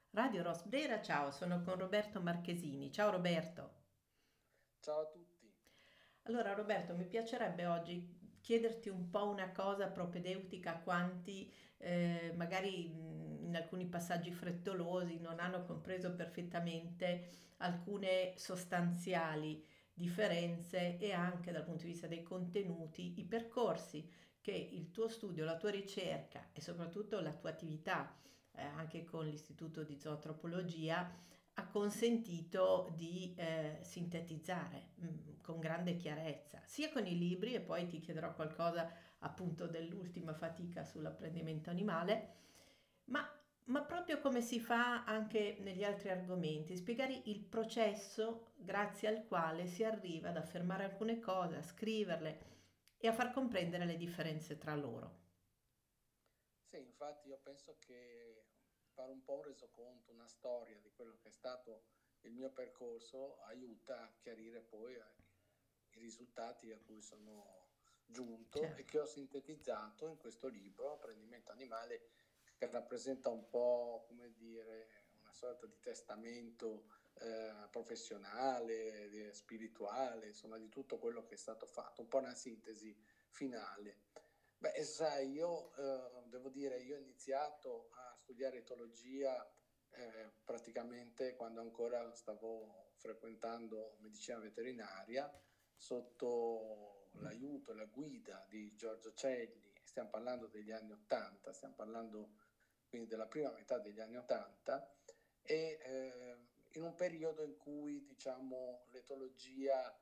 Radio Rosbrera, ciao, sono con Roberto Marchesini. Ciao Roberto. Ciao a tutti. Allora Roberto, mi piacerebbe oggi chiederti un po' una cosa propedeutica a quanti magari in alcuni passaggi frettolosi non hanno compreso perfettamente alcune sostanziali differenze e anche dal punto di vista dei contenuti, i percorsi che il tuo studio, la tua ricerca e soprattutto la tua attività anche con l'Istituto di Zootropologia ha consentito di sintetizzare con grande chiarezza, sia con i libri, e poi ti chiederò qualcosa appunto dell'ultima fatica sull'apprendimento animale, ma proprio come si fa anche negli altri argomenti, spiegare il processo grazie al quale si arriva ad affermare alcune cose, a scriverle e a far comprendere le differenze tra loro. Sì, infatti io penso che fare un po' un resoconto, una storia di quello che è stato il mio percorso aiuta a chiarire poi i risultati a cui sono giunto e Certo. che ho sintetizzato in questo libro, Apprendimento animale, che rappresenta un po', come dire, una sorta di testamento professionale, spirituale, insomma di tutto quello che è stato fatto, un po' una sintesi finale. Beh, sai, io devo dire, io ho iniziato a studiare etologia praticamente quando ancora stavo frequentando medicina veterinaria sotto l'aiuto e la guida di Giorgio Celli. Stiamo parlando degli anni Ottanta, stiamo parlando quindi della prima metà degli anni Ottanta, e in un periodo in cui, diciamo, l'etologia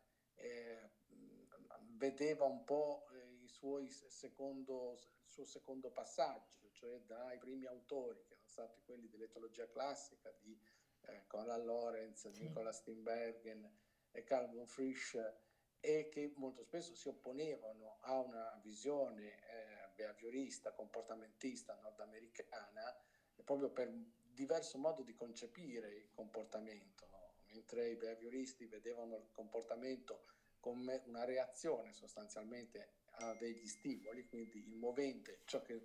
vedeva un po' il suo secondo passaggio, cioè dai primi autori, che erano stati quelli dell'etologia classica di Konrad Lorenz, Sì. Nicola Steenbergen e Carl von Frisch, e che molto spesso si opponevano a una visione behaviorista, comportamentista nordamericana, proprio per un diverso modo di concepire il comportamento, no? Mentre i behavioristi vedevano il comportamento come una reazione sostanzialmente a degli stimoli, quindi il movente, ciò che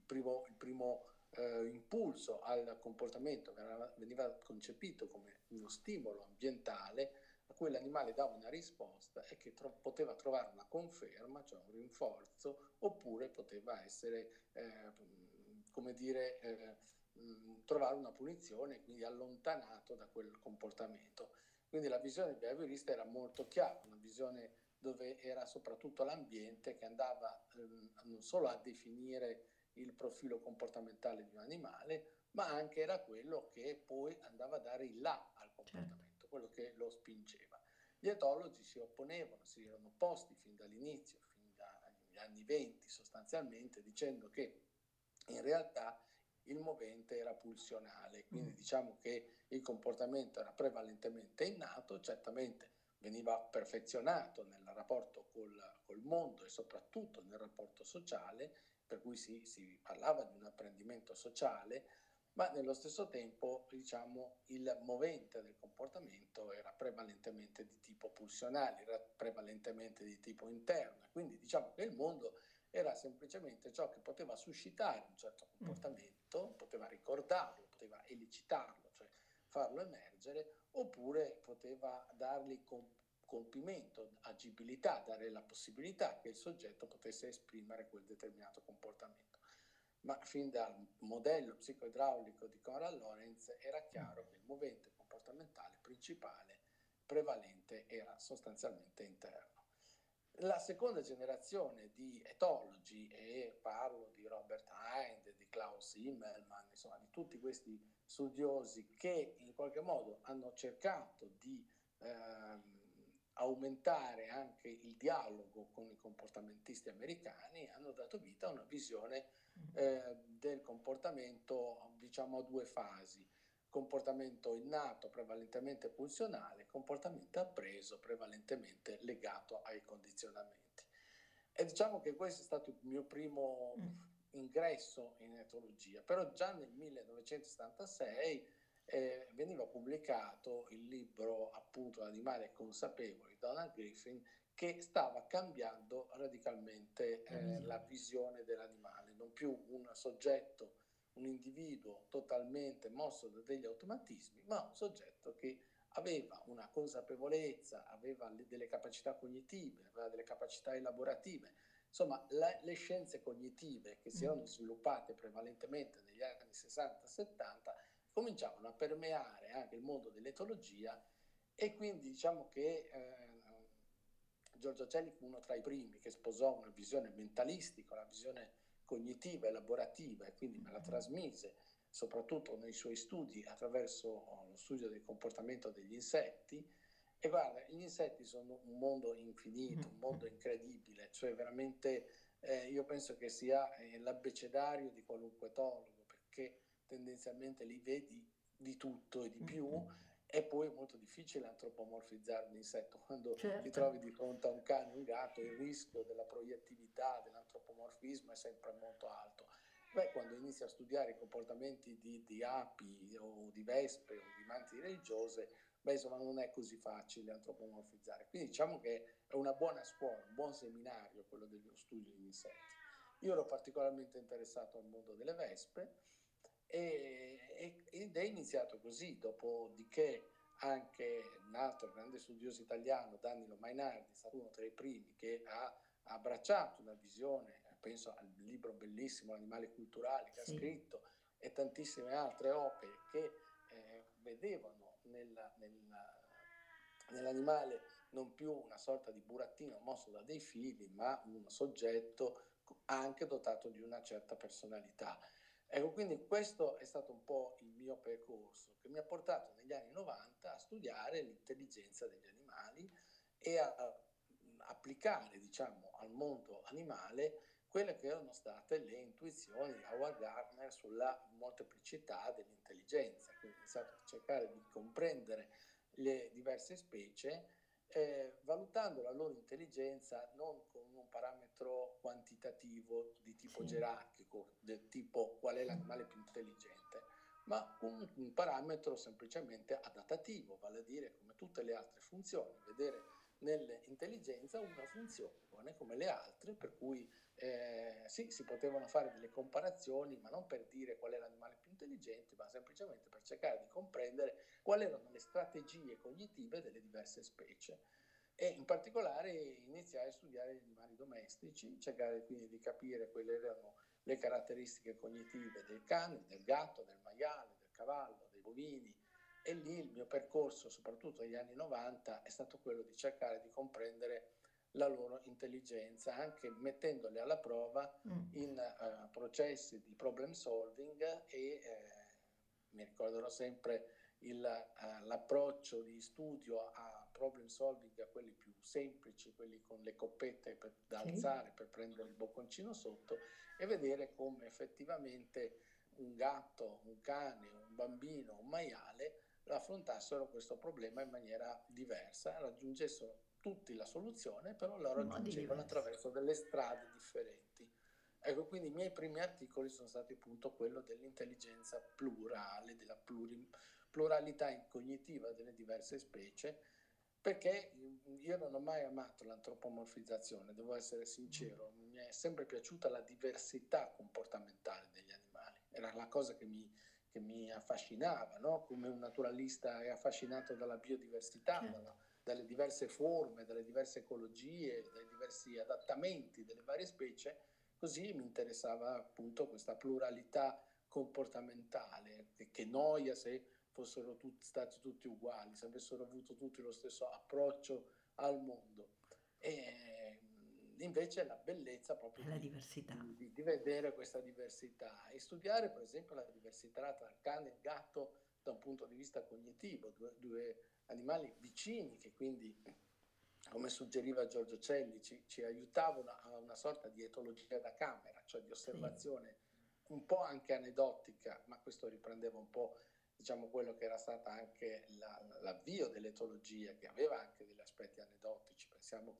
il primo impulso al comportamento veniva concepito come uno stimolo ambientale a cui l'animale dava una risposta e che poteva trovare una conferma, cioè un rinforzo, oppure poteva essere, come dire, trovare una punizione e quindi allontanato da quel comportamento. Quindi la visione behaviorista era molto chiara, una visione dove era soprattutto l'ambiente che andava non solo a definire il profilo comportamentale di un animale, ma anche era quello che poi andava a dare il là al Certo. comportamento, quello che lo spingeva. Gli etologi si opponevano, si erano opposti fin dall'inizio, fin dagli anni 20 sostanzialmente, dicendo che in realtà il movente era pulsionale, quindi Mm. diciamo che il comportamento era prevalentemente innato, certamente veniva perfezionato nel rapporto col mondo e soprattutto nel rapporto sociale, per cui si parlava di un apprendimento sociale, ma nello stesso tempo, diciamo, il movente del comportamento era prevalentemente di tipo pulsionale, era prevalentemente di tipo interno, quindi diciamo che il mondo era semplicemente ciò che poteva suscitare un certo Mm. comportamento, poteva ricordarlo, poteva elicitarlo, cioè farlo emergere, oppure poteva dargli compimento, agibilità, dare la possibilità che il soggetto potesse esprimere quel determinato comportamento. Ma fin dal modello psicoidraulico di Konrad Lorenz era chiaro che il movente comportamentale principale, prevalente, era sostanzialmente interno. La seconda generazione di etologi, e parlo di Robert Hind, di Klaus Immelmann, insomma di tutti questi studiosi che in qualche modo hanno cercato di aumentare anche il dialogo con i comportamentisti americani, hanno dato vita a una visione del comportamento, diciamo, a due fasi: comportamento innato prevalentemente pulsionale, comportamento appreso prevalentemente legato ai condizionamenti. E diciamo che questo è stato il mio primo Mm. ingresso in etologia, però già nel 1976 veniva pubblicato il libro appunto Animali consapevoli di Donald Griffin, che stava cambiando radicalmente La la visione. visione dell'animale, non più un soggetto un individuo totalmente mosso da degli automatismi, ma un soggetto che aveva una consapevolezza, aveva delle capacità cognitive, aveva delle capacità elaborative. Insomma, le scienze cognitive che si erano sviluppate prevalentemente negli anni 60-70 cominciavano a permeare anche il mondo dell'etologia, e quindi diciamo che Giorgio Acelli fu uno tra i primi che sposò una visione mentalistica, una visione cognitiva, elaborativa, e quindi me la trasmise soprattutto nei suoi studi attraverso lo studio del comportamento degli insetti. E guarda, gli insetti sono un mondo infinito, un mondo incredibile, cioè veramente io penso che sia l'abbecedario di qualunque etologo, perché tendenzialmente li vedi di tutto e di più, e poi è molto difficile antropomorfizzare un insetto. Quando ti trovi di fronte a un cane o un gatto, il rischio della proiettività, dell'antropomorfismo è sempre molto alto. Beh, quando inizi a studiare i comportamenti di api o di vespe o di manti religiose, beh, insomma, non è così facile antropomorfizzare. Quindi diciamo che è una buona scuola, un buon seminario quello dello studio degli insetti. Io ero particolarmente interessato al mondo delle vespe, ed è iniziato così. Dopodiché anche un altro grande studioso italiano, Danilo Mainardi, è stato uno tra i primi che ha abbracciato una visione, penso al libro bellissimo Animali culturali che ha scritto, e tantissime altre opere che vedevano nell'animale non più una sorta di burattino mosso da dei fili, ma un soggetto anche dotato di una certa personalità. Ecco, quindi questo è stato un po' il mio percorso, che mi ha portato negli anni 90 a studiare l'intelligenza degli animali e a applicare, diciamo, al mondo animale quelle che erano state le intuizioni di Howard Gardner sulla molteplicità dell'intelligenza. Quindi ho iniziato a cercare di comprendere le diverse specie, valutando la loro intelligenza non con un parametro quantitativo di tipo gerarchico, del tipo qual è l'animale più intelligente, ma con un parametro semplicemente adattativo, vale a dire come tutte le altre funzioni, vedere nell'intelligenza una funzione come le altre, per cui sì, si potevano fare delle comparazioni, ma non per dire qual è l'animale più intelligente, ma semplicemente per cercare di comprendere quali erano le strategie cognitive delle diverse specie. E in particolare iniziai a studiare gli animali domestici, cercare quindi di capire quali erano le caratteristiche cognitive del cane, del gatto, del maiale, del cavallo, dei bovini. E lì il mio percorso, soprattutto negli anni 90, è stato quello di cercare di comprendere la loro intelligenza, anche mettendole alla prova in processi di problem solving, e mi ricorderò sempre l'approccio di studio a problem solving a quelli più semplici, quelli con le coppette da alzare per prendere il bocconcino sotto, e vedere come effettivamente un gatto, un cane, un bambino, un maiale affrontassero questo problema in maniera diversa, raggiungessero tutti la soluzione, però lo raggiungevano attraverso delle strade differenti. Ecco, quindi i miei primi articoli sono stati appunto quello dell'intelligenza plurale, della pluralità cognitiva delle diverse specie, perché io non ho mai amato l'antropomorfizzazione, devo essere sincero, mi è sempre piaciuta la diversità comportamentale degli animali, era la cosa che mi affascinava, no? Come un naturalista è affascinato dalla biodiversità, dalle diverse forme, dalle diverse ecologie, dai diversi adattamenti delle varie specie, così mi interessava appunto questa pluralità comportamentale, che noia se fossero stati tutti uguali, se avessero avuto tutti lo stesso approccio al mondo. E invece la bellezza proprio di vedere questa diversità e studiare per esempio la diversità tra il cane e il gatto da un punto di vista cognitivo, due animali vicini che quindi, come suggeriva Giorgio Celli, ci aiutavano a una sorta di etologia da camera, cioè di osservazione un po' anche aneddotica, ma questo riprendeva un po', diciamo, quello che era stata anche l'avvio dell'etologia, che aveva anche degli aspetti aneddotici. Pensiamo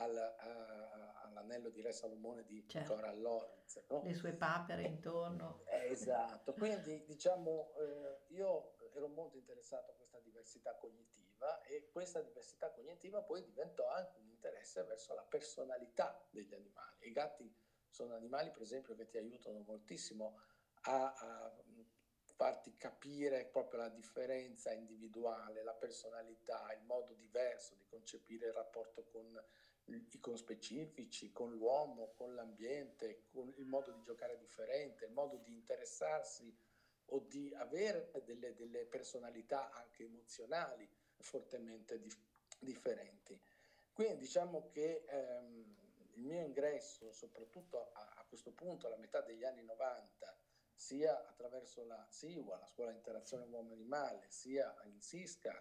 all'anello di Re Salomone di Coral Lorenz, no? Le sue papere intorno. Esatto, quindi diciamo io ero molto interessato a questa diversità cognitiva, e questa diversità cognitiva poi diventò anche un interesse verso la personalità degli animali. I gatti sono animali, per esempio, che ti aiutano moltissimo a farti capire proprio la differenza individuale, la personalità, il modo diverso di concepire il rapporto con i conspecifici, con l'uomo, con l'ambiente, con il modo di giocare differente, il modo di interessarsi o di avere delle personalità anche emozionali fortemente differenti. Quindi diciamo che il mio ingresso, soprattutto a questo punto, alla metà degli anni 90, sia attraverso la SIWA, la Scuola di Interazione Uomo-Animale, sia in SISCA,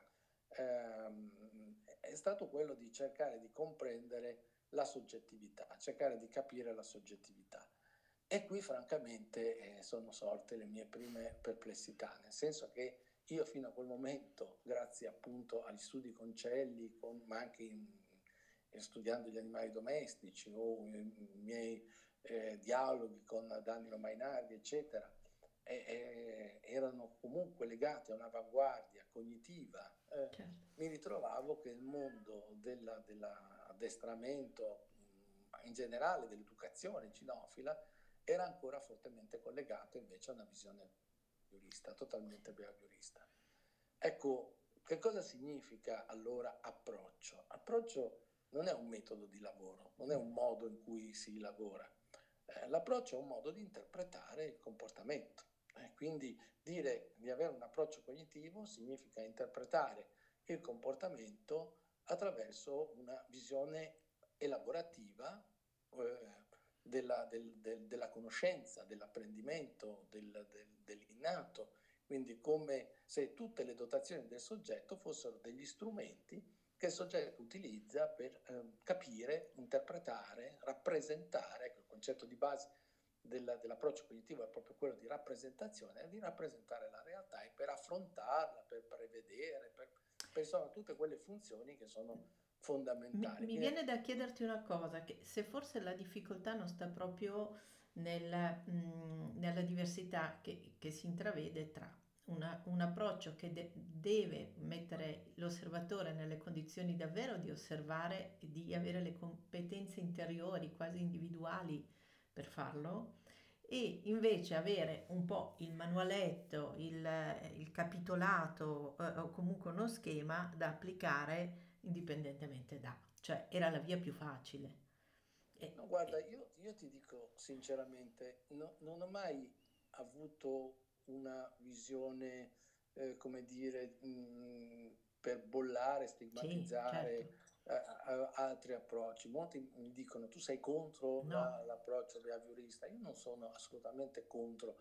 è stato quello di cercare di comprendere la soggettività, cercare di capire la soggettività. E qui francamente sono sorte le mie prime perplessità, nel senso che io fino a quel momento, grazie appunto agli studi con Celli, ma anche studiando gli animali domestici o i miei dialoghi con Danilo Mainardi, eccetera, erano comunque legati a un'avanguardia cognitiva. Certo. Mi ritrovavo che il mondo dell'addestramento, in generale dell'educazione cinofila, era ancora fortemente collegato invece a una visione behaviorista, totalmente behaviorista. Ecco, che cosa significa allora approccio? Approccio non è un metodo di lavoro, non è un modo in cui si lavora. L'approccio è un modo di interpretare il comportamento. Quindi dire di avere un approccio cognitivo significa interpretare il comportamento attraverso una visione elaborativa della conoscenza, dell'apprendimento, dell'innato, quindi come se tutte le dotazioni del soggetto fossero degli strumenti che il soggetto utilizza per capire, interpretare, rappresentare. Ecco, il concetto di base dell'approccio cognitivo è proprio quello di rappresentazione, di rappresentare la realtà e per affrontarla, per prevedere, per insomma tutte quelle funzioni che sono fondamentali. Mi viene da chiederti una cosa, che se forse la difficoltà non sta proprio nella diversità che si intravede tra un approccio che deve mettere l'osservatore nelle condizioni davvero di osservare e di avere le competenze interiori, quasi individuali per farlo, e invece avere un po' il manualetto, il capitolato o comunque uno schema da applicare indipendentemente da, cioè era la via più facile. E, No, guarda, e- io ti dico sinceramente, non ho mai avuto una visione, come dire, per bollare, sì, certo, stigmatizzare altri approcci. Molti mi dicono tu sei contro no, l'approccio behaviorista. Io non sono assolutamente contro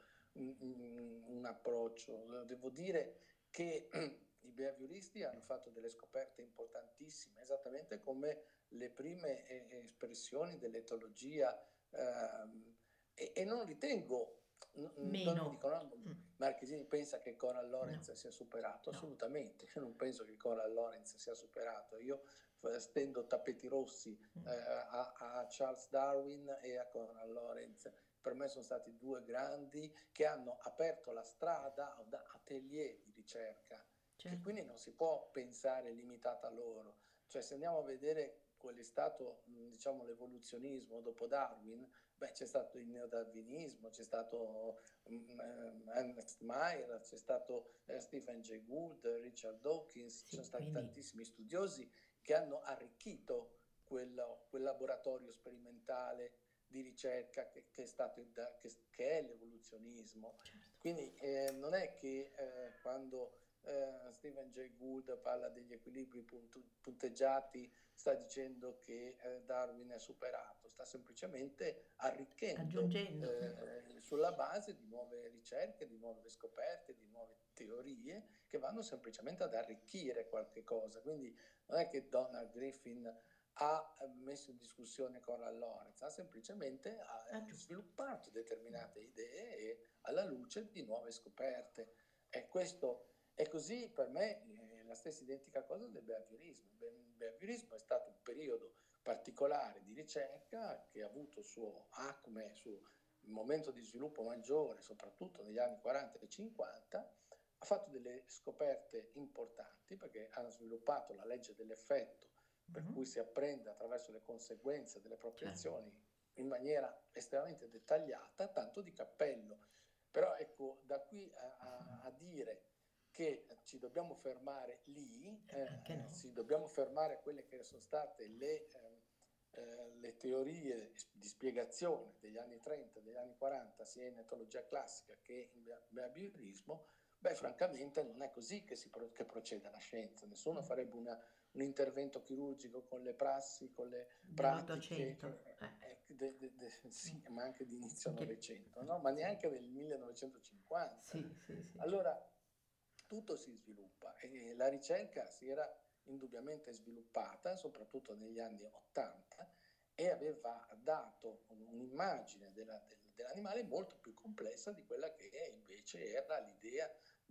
un approccio. Devo dire che i behavioristi hanno fatto delle scoperte importantissime, esattamente come le prime espressioni dell'etologia e non ritengo, mi meno. dicono, Mm, Marchesini pensa che Coral no, Lorenz sia superato, no, assolutamente, io non penso che Coral Lorenz sia superato, io stendo tappeti rossi mm, a Charles Darwin e a Coral Lorenz. Per me sono stati due grandi che hanno aperto la strada ad atelier di ricerca, che certo, quindi non si può pensare limitata a loro. Cioè, se andiamo a vedere qual è stato, diciamo, l'evoluzionismo dopo Darwin, beh, c'è stato il neodarwinismo, c'è stato Ernest Mayr, c'è stato Stephen Jay Gould, Richard Dawkins, ci sono sì, stati quindi tantissimi studiosi che hanno arricchito quel laboratorio sperimentale di ricerca che è stato che è l'evoluzionismo. certo, Quindi non è che quando Stephen Jay Gould parla degli equilibri punteggiati sta dicendo che Darwin è superato, sta semplicemente arricchendo aggiungendo, sulla base di nuove ricerche, di nuove scoperte, di nuove teorie che vanno semplicemente ad arricchire qualche cosa. Quindi non è che Donald Griffin ha messo in discussione Coral Lorenz, ha semplicemente aggiunto. sviluppato determinate idee e alla luce di nuove scoperte. E questo è così per me la stessa identica cosa del behaviorismo. Il behaviorismo è stato un periodo particolare di ricerca che ha avuto il suo acme, il suo momento di sviluppo maggiore, soprattutto negli anni 40 e 50, ha fatto delle scoperte importanti perché ha sviluppato la legge dell'effetto per Mhm, cui si apprende attraverso le conseguenze delle proprie certo, azioni in maniera estremamente dettagliata, tanto di cappello Però ecco, da qui a dire che ci dobbiamo fermare lì, Anche no. ci dobbiamo fermare a quelle che sono state le teorie di spiegazione degli anni 30, degli anni 40, sia in etologia classica che in behaviorismo, beh, francamente non è così che procede la scienza. Nessuno farebbe un intervento chirurgico con le prassi, con le pratiche, Dell'Ottocento. sì, ma anche di inizio Anche... Novecento, no? Ma neanche del 1950. Sì, sì, sì. Allora, tutto si sviluppa e la ricerca si era indubbiamente sviluppata, soprattutto negli anni 80, e aveva dato un'immagine dell'animale molto più complessa di quella che invece era l'idea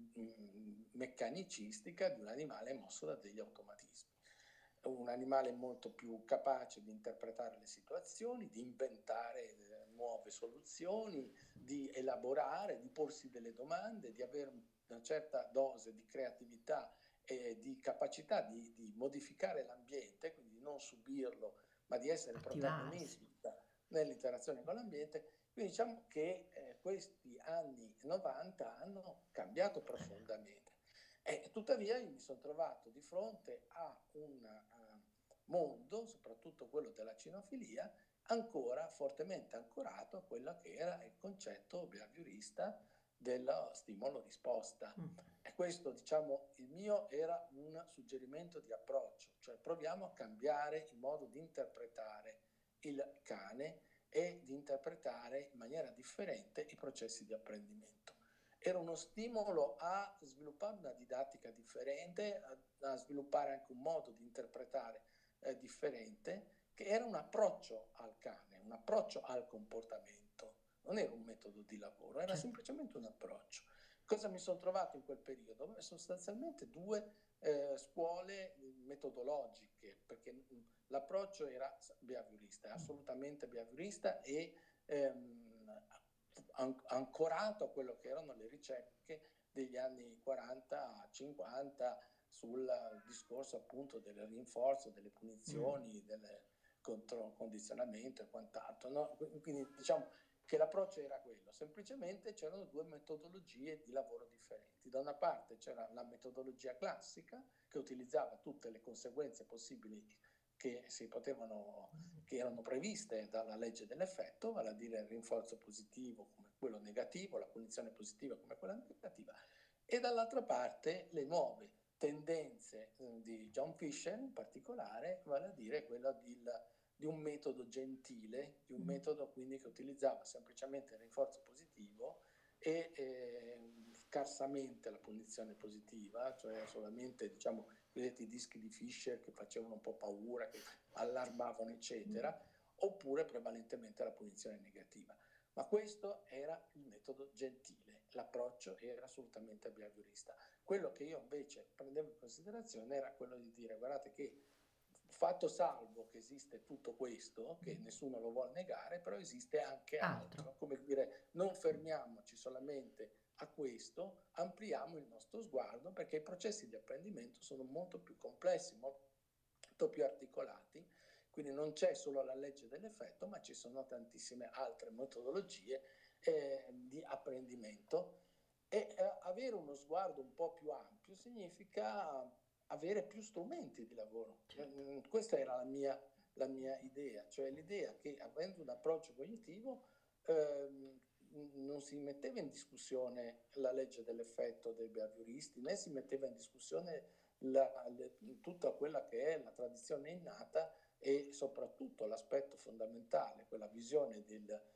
meccanicistica di un animale mosso da degli automatismi. Un animale molto più capace di interpretare le situazioni, di inventare nuove soluzioni, di elaborare, di porsi delle domande, di avere una certa dose di creatività e di capacità di modificare l'ambiente, quindi di non subirlo, ma di essere protagonista nell'interazione con l'ambiente. Quindi diciamo che questi anni 90 hanno cambiato profondamente. Tuttavia io mi sono trovato di fronte a un mondo, soprattutto quello della cinofilia, ancora fortemente ancorato a quello che era il concetto behaviorista dello stimolo-risposta. E questo, diciamo, il mio era un suggerimento di approccio, cioè proviamo a cambiare il modo di interpretare il cane e di interpretare in maniera differente i processi di apprendimento. Era uno stimolo a sviluppare una didattica differente, a sviluppare anche un modo di interpretare differente, che era un approccio al cane, un approccio al comportamento. Non era un metodo di lavoro, era semplicemente un approccio. Cosa mi sono trovato in quel periodo? Beh, sostanzialmente due scuole metodologiche, perché l'approccio era behaviorista, assolutamente behaviorista e ancorato a quello che erano le ricerche degli anni 40-50 sul discorso appunto del rinforzo, delle punizioni, del condizionamento e quant'altro. No? Quindi diciamo che l'approccio era quello, semplicemente c'erano due metodologie di lavoro differenti. Da una parte c'era la metodologia classica che utilizzava tutte le conseguenze possibili che erano previste dalla legge dell'effetto, vale a dire il rinforzo positivo come quello negativo, la punizione positiva come quella negativa, e dall'altra parte le nuove tendenze di John Fisher in particolare, vale a dire quella di un metodo gentile, di un metodo quindi che utilizzava semplicemente il rinforzo positivo e scarsamente la punizione positiva, cioè solamente diciamo i dischi di Fisher che facevano un po' paura, che allarmavano eccetera, oppure prevalentemente la punizione negativa. Ma questo era il metodo gentile, l'approccio era assolutamente behaviorista. Quello che io invece prendevo in considerazione era quello di dire guardate che fatto salvo che esiste tutto questo, che nessuno lo vuole negare, però esiste anche altro. Come dire, non fermiamoci solamente a questo, ampliamo il nostro sguardo perché i processi di apprendimento sono molto più complessi, molto più articolati, quindi non c'è solo la legge dell'effetto, ma ci sono tantissime altre metodologie di apprendimento e avere uno sguardo un po' più ampio significa avere più strumenti di lavoro. Questa era la mia idea, cioè l'idea che avendo un approccio cognitivo non si metteva in discussione la legge dell'effetto dei behavioristi, né si metteva in discussione tutta quella che è la tradizione innata e soprattutto l'aspetto fondamentale, quella visione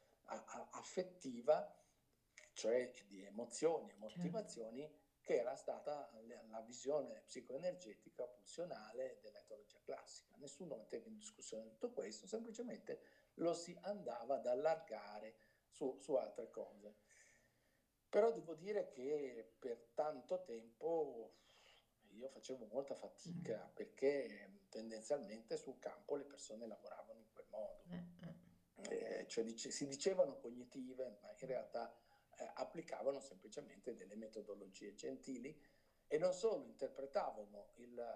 affettiva, cioè di emozioni e motivazioni, che era stata la visione psicoenergetica pulsionale dell'etologia classica. Nessuno metteva in discussione tutto questo, semplicemente lo si andava ad allargare su altre cose. Però devo dire che per tanto tempo io facevo molta fatica perché tendenzialmente sul campo le persone lavoravano in quel modo. Cioè si dicevano cognitive, ma in realtà applicavano semplicemente delle metodologie gentili e non solo interpretavano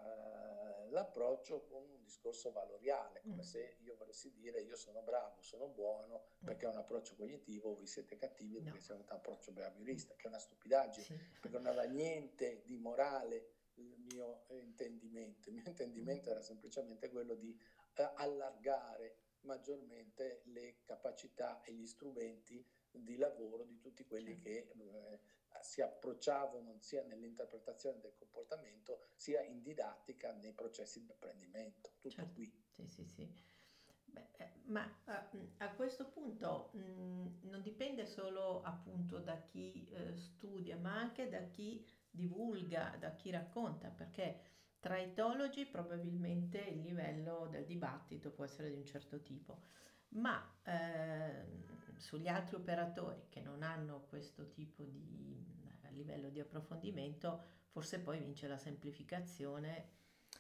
l'approccio con un discorso valoriale, come se io volessi dire io sono bravo, sono buono perché ho un approccio cognitivo, voi siete cattivi perché No. siete un approccio behaviorista, che è una stupidaggine, Sì. perché non aveva niente di morale il mio intendimento. Il mio intendimento era semplicemente quello di allargare maggiormente le capacità e gli strumenti di lavoro di tutti quelli che si approcciavano sia nell'interpretazione del comportamento sia in didattica nei processi di apprendimento. Tutto Certo. qui. Sì, sì, sì. Beh, ma a questo punto non dipende solo appunto da chi studia, ma anche da chi divulga, da chi racconta, perché tra etologi probabilmente il livello del dibattito può essere di un certo tipo, ma sugli altri operatori che non hanno questo tipo di livello di approfondimento, forse poi vince la semplificazione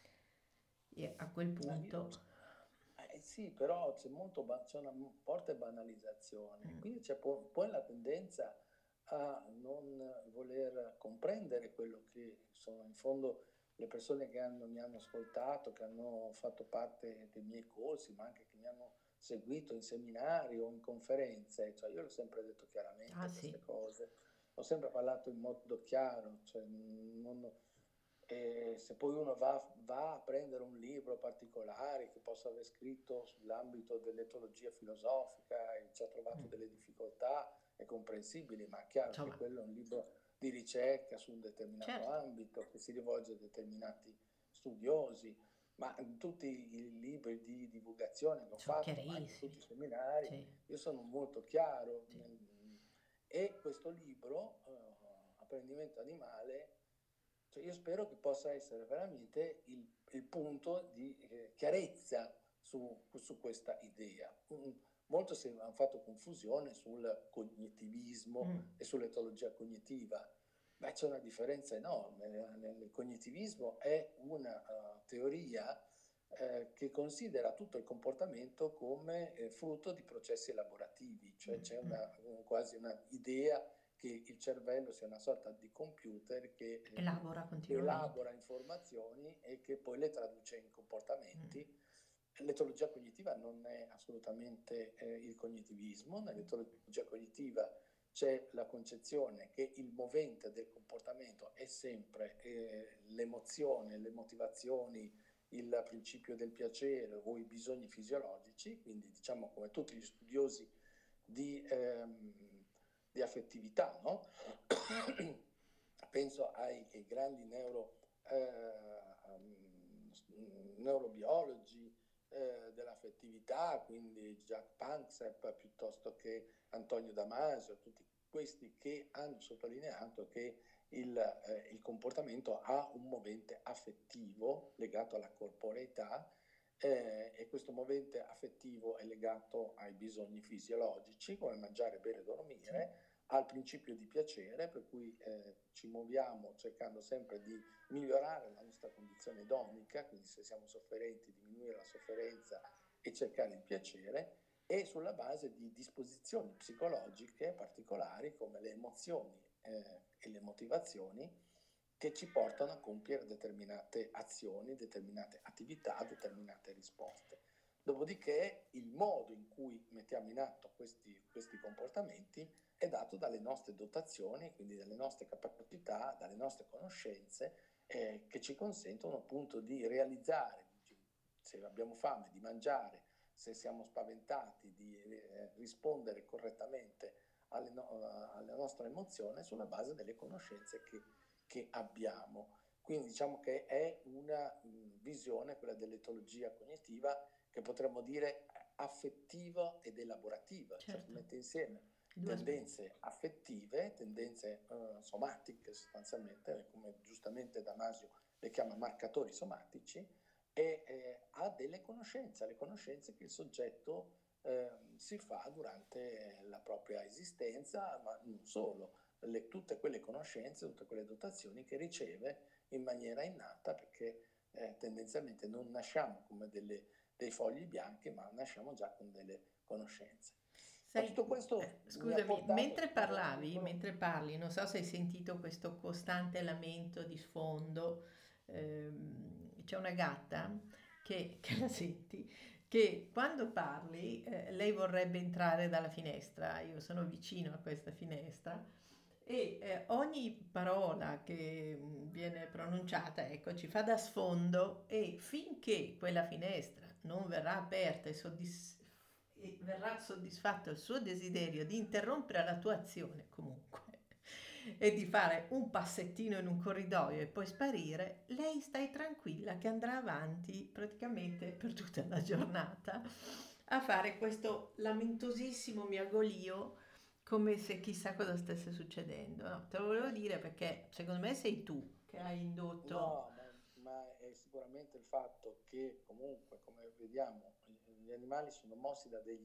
e a quel punto... Sì, però c'è una forte banalizzazione, Mm, quindi c'è poi la tendenza a non voler comprendere quello che sono in fondo le persone che mi hanno ascoltato, che hanno fatto parte dei miei corsi, ma anche che mi hanno seguito in seminari o in conferenze. Cioè, io l'ho sempre detto ah chiaramente sì, queste cose, ho sempre parlato in modo chiaro, cioè non, e se poi uno va a prendere un libro particolare che possa aver scritto sull'ambito dell'etologia filosofica e ci ha trovato delle difficoltà, è comprensibile, ma è chiaro che insomma, quello è un libro di ricerca su un determinato certo, ambito che si rivolge a determinati studiosi, ma in tutti i libri di divulgazione che ho sono fatto, ma anche in tutti chiarissimi. i seminari, Sì, io sono molto chiaro. sì, E questo libro, Apprendimento animale, cioè io spero che possa essere veramente il punto di chiarezza su questa idea. Molto si hanno fatto confusione sul cognitivismo mm, e sull'etologia cognitiva. Beh, c'è una differenza enorme. Il cognitivismo è una teoria che considera tutto il comportamento come frutto di processi elaborativi, cioè c'è mm, quasi una idea che il cervello sia una sorta di computer che elabora continuamente. elabora informazioni e che poi le traduce in Mm, comportamenti. L'etologia cognitiva non è assolutamente il cognitivismo. Nell'etologia cognitiva c'è la concezione che il movente del comportamento è sempre l'emozione, le motivazioni, il principio del piacere o i bisogni fisiologici, quindi diciamo come tutti gli studiosi di, di affettività, no? Penso ai grandi neurobiologi dell'affettività, quindi Jack Panksepp piuttosto che Antonio Damasio, tutti questi che hanno sottolineato che il comportamento ha un movente affettivo legato alla corporeità e questo movente affettivo è legato ai bisogni fisiologici come mangiare, bere, sì, dormire, al principio di piacere, per cui ci muoviamo cercando sempre di migliorare la nostra condizione edonica, quindi se siamo sofferenti diminuire la sofferenza e cercare il piacere, e sulla base di disposizioni psicologiche particolari come le emozioni e le motivazioni che ci portano a compiere determinate azioni, determinate attività, determinate risposte. Dopodiché il modo in cui mettiamo in atto questi comportamenti è dato dalle nostre dotazioni, quindi dalle nostre capacità, dalle nostre conoscenze che ci consentono appunto di realizzare, se abbiamo fame, di mangiare, se siamo spaventati, di rispondere correttamente alla nostra emozione sulla base delle conoscenze che abbiamo. Quindi diciamo che è una visione, quella dell'etologia cognitiva, che potremmo dire affettiva ed elaborativa, cioè che certo. mette insieme Due aspetti. tendenze affettive, tendenze somatiche sostanzialmente, come giustamente Damasio le chiama marcatori somatici, e ha delle conoscenze, le conoscenze che il soggetto si fa durante la propria esistenza, ma non solo, tutte quelle conoscenze, tutte quelle dotazioni che riceve in maniera innata, perché tendenzialmente non nasciamo come dei fogli bianchi, ma nasciamo già con delle conoscenze. Ma Sai, tutto questo mi ha scusami, portato a scrivere un libro. mentre parli, non so se hai sentito questo costante lamento di sfondo. C'è una gatta che la senti, che quando parli, lei vorrebbe entrare dalla finestra, io sono vicino a questa finestra, e ogni parola che viene pronunciata, ecco, ci fa da sfondo, e finché quella finestra non verrà aperta e verrà soddisfatto il suo desiderio di interrompere la tua azione comunque e di fare un passettino in un corridoio e poi sparire, lei stai tranquilla che andrà avanti praticamente per tutta la giornata a fare questo lamentosissimo miagolio come se chissà cosa stesse succedendo. No, te lo volevo dire perché secondo me sei tu che hai indotto. No, ma è sicuramente il fatto che comunque, come vediamo, gli animali sono mossi da degli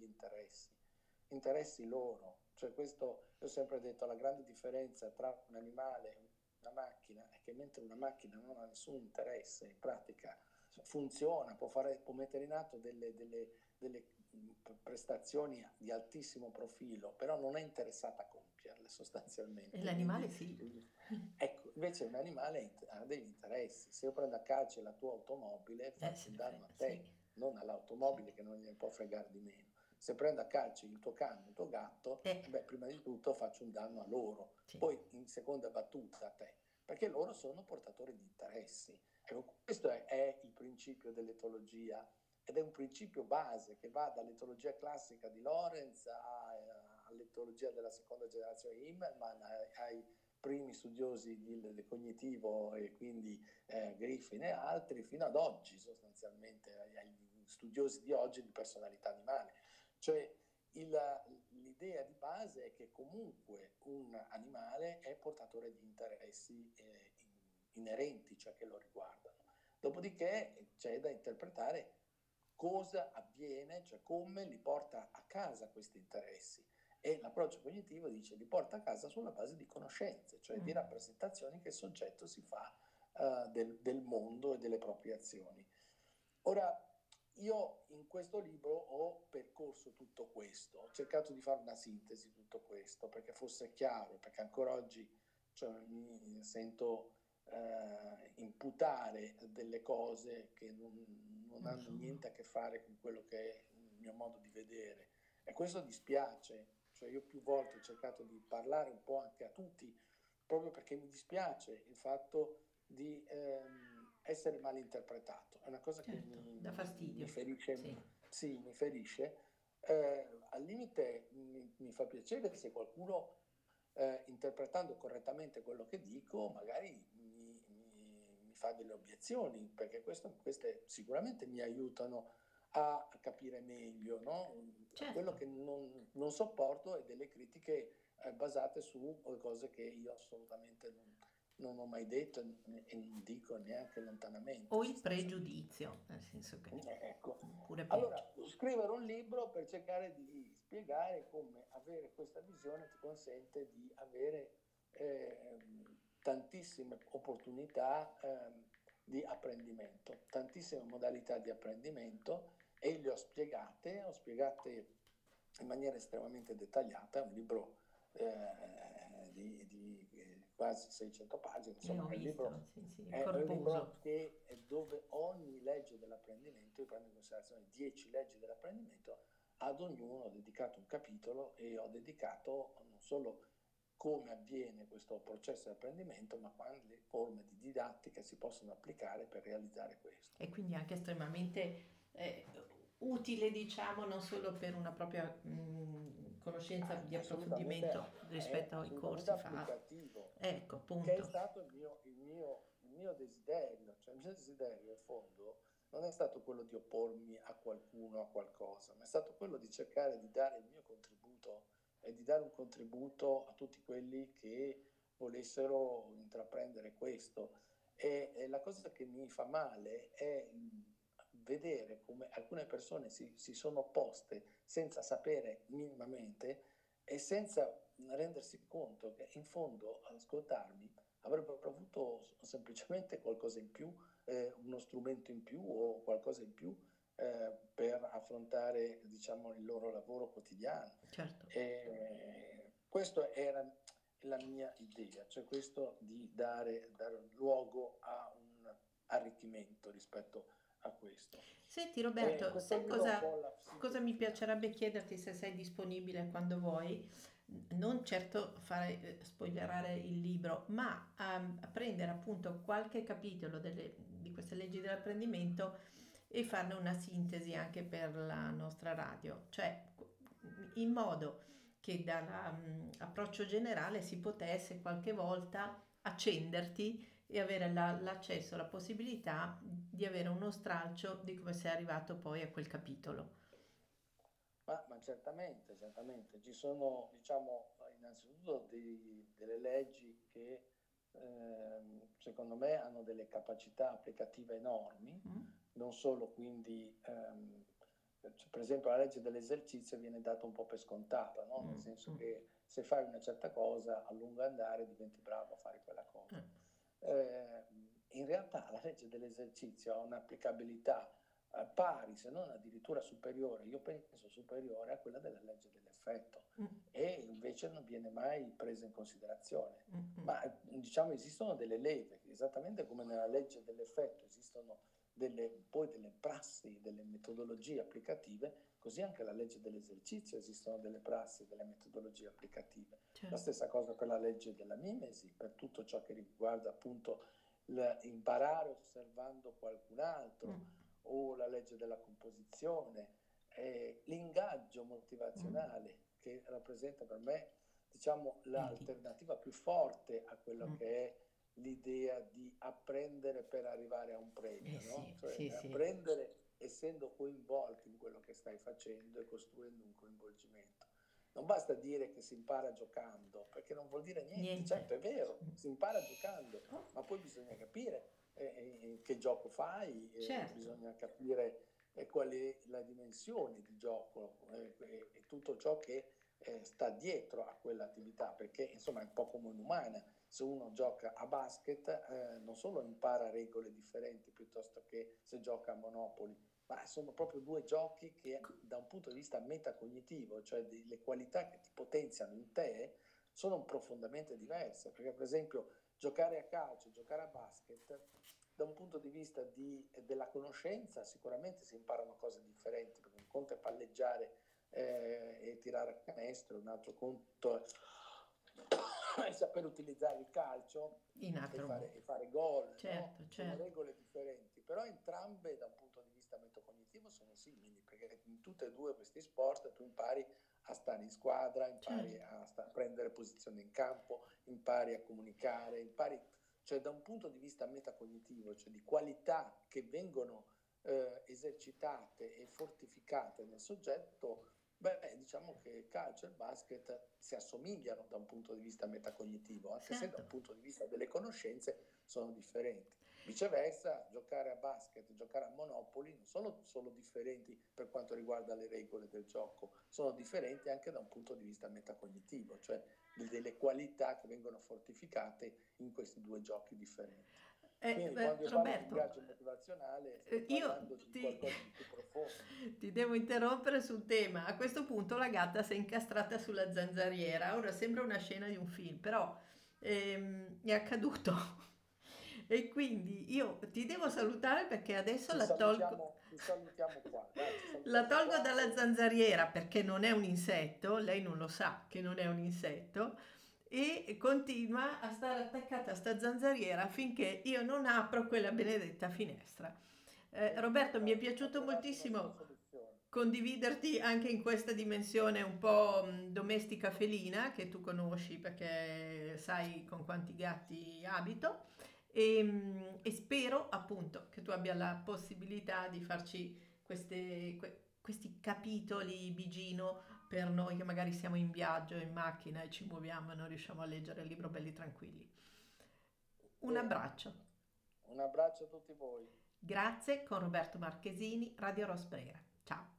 interessi loro. Cioè questo, io ho sempre detto, la grande differenza tra un animale e una macchina è che mentre una macchina non ha nessun interesse, in pratica funziona, può mettere in atto delle prestazioni di altissimo profilo, però non è interessata a compierle E sostanzialmente. l'animale sì. Ecco, invece un animale ha degli interessi. Se io prendo a calcio la tua automobile, Se faccio un ne danno frega, a sì. te, non Sì. all'automobile che non gliene può fregare di meno. Se prendo a calcio il tuo cane, il tuo gatto, beh, prima di tutto faccio un danno a loro, Sì. poi in seconda battuta a te, perché loro sono portatori di interessi. Ecco, questo è il principio dell'etologia ed è un principio base che va dall'etologia classica di Lorenz all'etologia della seconda generazione di Immelmann, ai primi studiosi del cognitivo e quindi Griffin e altri, fino ad oggi sostanzialmente, agli studiosi di oggi di personalità animale. Cioè l'idea di base è che comunque un animale è portatore di interessi inerenti, cioè che lo riguardano. Dopodiché c'è da interpretare cosa avviene, cioè come li porta a casa questi interessi. E l'approccio cognitivo dice li porta a casa sulla base di conoscenze, cioè di rappresentazioni che il soggetto si fa del mondo e delle proprie azioni. Ora, io in questo libro ho percorso tutto questo, ho cercato di fare una sintesi di tutto questo perché fosse chiaro, perché ancora oggi cioè, mi sento imputare delle cose che non hanno niente a che fare con quello che è il mio modo di vedere. E questo dispiace, cioè io più volte ho cercato di parlare un po' anche a tutti, proprio perché mi dispiace il fatto di essere mal interpretato. È una cosa che Certo, dà mi fastidio. ferisce, Sì. sì, mi ferisce. Al limite mi fa piacere se qualcuno, interpretando correttamente quello che dico, magari mi fa delle obiezioni, perché queste sicuramente mi aiutano a capire meglio, no? Quello Certo. che non sopporto è delle critiche basate su cose che io assolutamente non ho mai detto e non dico neanche lontanamente O il sostanzialmente. pregiudizio, nel senso che Ecco, pure peggio. allora scrivere un libro per cercare di spiegare come avere questa visione ti consente di avere tantissime opportunità di apprendimento, tantissime modalità di apprendimento e le ho spiegate in maniera estremamente dettagliata, è un libro di quasi 600 pagine, insomma Ho è un libro visto, sì, sì, è un libro corposo. che è dove ogni legge dell'apprendimento, io prendo in considerazione 10 leggi dell'apprendimento, ad ognuno ho dedicato un capitolo e ho dedicato non solo come avviene questo processo di apprendimento, ma quali forme di didattica si possono applicare per realizzare questo. E quindi anche estremamente utile, diciamo, non solo per una propria conoscenza di Assolutamente approfondimento è rispetto ai assolutamente corsi fa. applicativo, Ecco, che è appunto. stato il mio desiderio, cioè il mio desiderio in fondo non è stato quello di oppormi a qualcuno, a qualcosa, ma è stato quello di cercare di dare il mio contributo e di dare un contributo a tutti quelli che volessero intraprendere questo. E la cosa che mi fa male è vedere come alcune persone si sono opposte senza sapere minimamente e senza rendersi conto che in fondo ad ascoltarmi avrebbero avuto semplicemente qualcosa in più, uno strumento in più o qualcosa in più per affrontare, diciamo, il loro lavoro quotidiano. Certo. Questa era la mia idea, cioè questo di dare luogo a un arricchimento rispetto a questo. Senti Roberto, sai cosa mi finale. piacerebbe chiederti se sei disponibile quando vuoi? Non certo fare spoilerare il libro, ma a prendere appunto qualche capitolo di queste leggi dell'apprendimento e farne una sintesi anche per la nostra radio, cioè in modo che dall'approccio generale si potesse qualche volta accenderti e avere l'accesso, la possibilità di avere uno stralcio di come sei arrivato poi a quel capitolo. Ma certamente, certamente. Ci sono, diciamo, innanzitutto delle leggi che secondo me hanno delle capacità applicative enormi, non solo quindi, cioè, per esempio la legge dell'esercizio viene data un po' per scontata, no? Nel senso che se fai una certa cosa a lungo andare diventi bravo a fare quella cosa. In realtà la legge dell'esercizio ha un'applicabilità pari, se non addirittura superiore, io penso superiore a quella della legge dell'effetto, e invece non viene mai presa in considerazione. Ma diciamo esistono delle leve, esattamente come nella legge dell'effetto esistono poi delle prassi, delle metodologie applicative, così anche la legge dell'esercizio esistono delle prassi, delle metodologie applicative. Certo. La stessa cosa per la legge della mimesi, per tutto ciò che riguarda appunto imparare osservando qualcun altro, o la legge della composizione, l'ingaggio motivazionale che rappresenta per me, diciamo, l'alternativa più forte a quello che è l'idea di apprendere per arrivare a un premio, no? Cioè apprendere essendo coinvolti in quello che stai facendo e costruendo un coinvolgimento. Non basta dire che si impara giocando, perché non vuol dire niente. Certo, è vero, si impara giocando, ma poi bisogna capire che gioco fai, certo. Bisogna capire qual è la dimensione di gioco e tutto ciò che sta dietro a quell'attività, perché insomma è un po' come un'umana. Se uno gioca a basket non solo impara regole differenti piuttosto che se gioca a Monopoli, ma sono proprio due giochi che da un punto di vista metacognitivo, cioè le qualità che ti potenziano in te, sono profondamente diverse, perché per esempio giocare a calcio, giocare a basket, da un punto di vista della conoscenza sicuramente si imparano cose differenti, perché un conto è palleggiare e tirare a canestro, un altro conto è saper utilizzare il calcio e fare gol, certo, no? Certo. Sono regole differenti, però entrambe da un punto di vista metacognitivo sono simili, perché in tutti e due questi sport tu impari a stare in squadra, impari certo. A prendere posizione in campo, impari a comunicare, cioè da un punto di vista metacognitivo, cioè di qualità che vengono esercitate e fortificate nel soggetto. Diciamo che il calcio e il basket si assomigliano da un punto di vista metacognitivo, anche certo. Se da un punto di vista delle conoscenze sono differenti. Viceversa, giocare a basket, giocare a Monopoli non sono solo differenti per quanto riguarda le regole del gioco, sono differenti anche da un punto di vista metacognitivo, cioè delle qualità che vengono fortificate in questi due giochi differenti. Quindi quando io parlo di ingaggio motivazionale sto parlando di qualcosa di più profondo. Ti devo interrompere sul tema. A questo punto la gatta si è incastrata sulla zanzariera. Ora sembra una scena di un film, però è accaduto. E quindi io ti devo salutare perché adesso Ti salutiamo qua. La tolgo dalla zanzariera perché non è un insetto, lei non lo sa che non è un insetto. E continua a stare attaccata a sta zanzariera finché io non apro quella benedetta finestra. Roberto, mi è piaciuto moltissimo condividerti anche in questa dimensione un po' domestica felina che tu conosci perché sai con quanti gatti abito e spero appunto che tu abbia la possibilità di farci questi capitoli Bigino per noi che magari siamo in viaggio, in macchina e ci muoviamo e non riusciamo a leggere il libro belli tranquilli. Un abbraccio. Un abbraccio a tutti voi. Grazie con Roberto Marchesini, Radio Rosbrera. Ciao.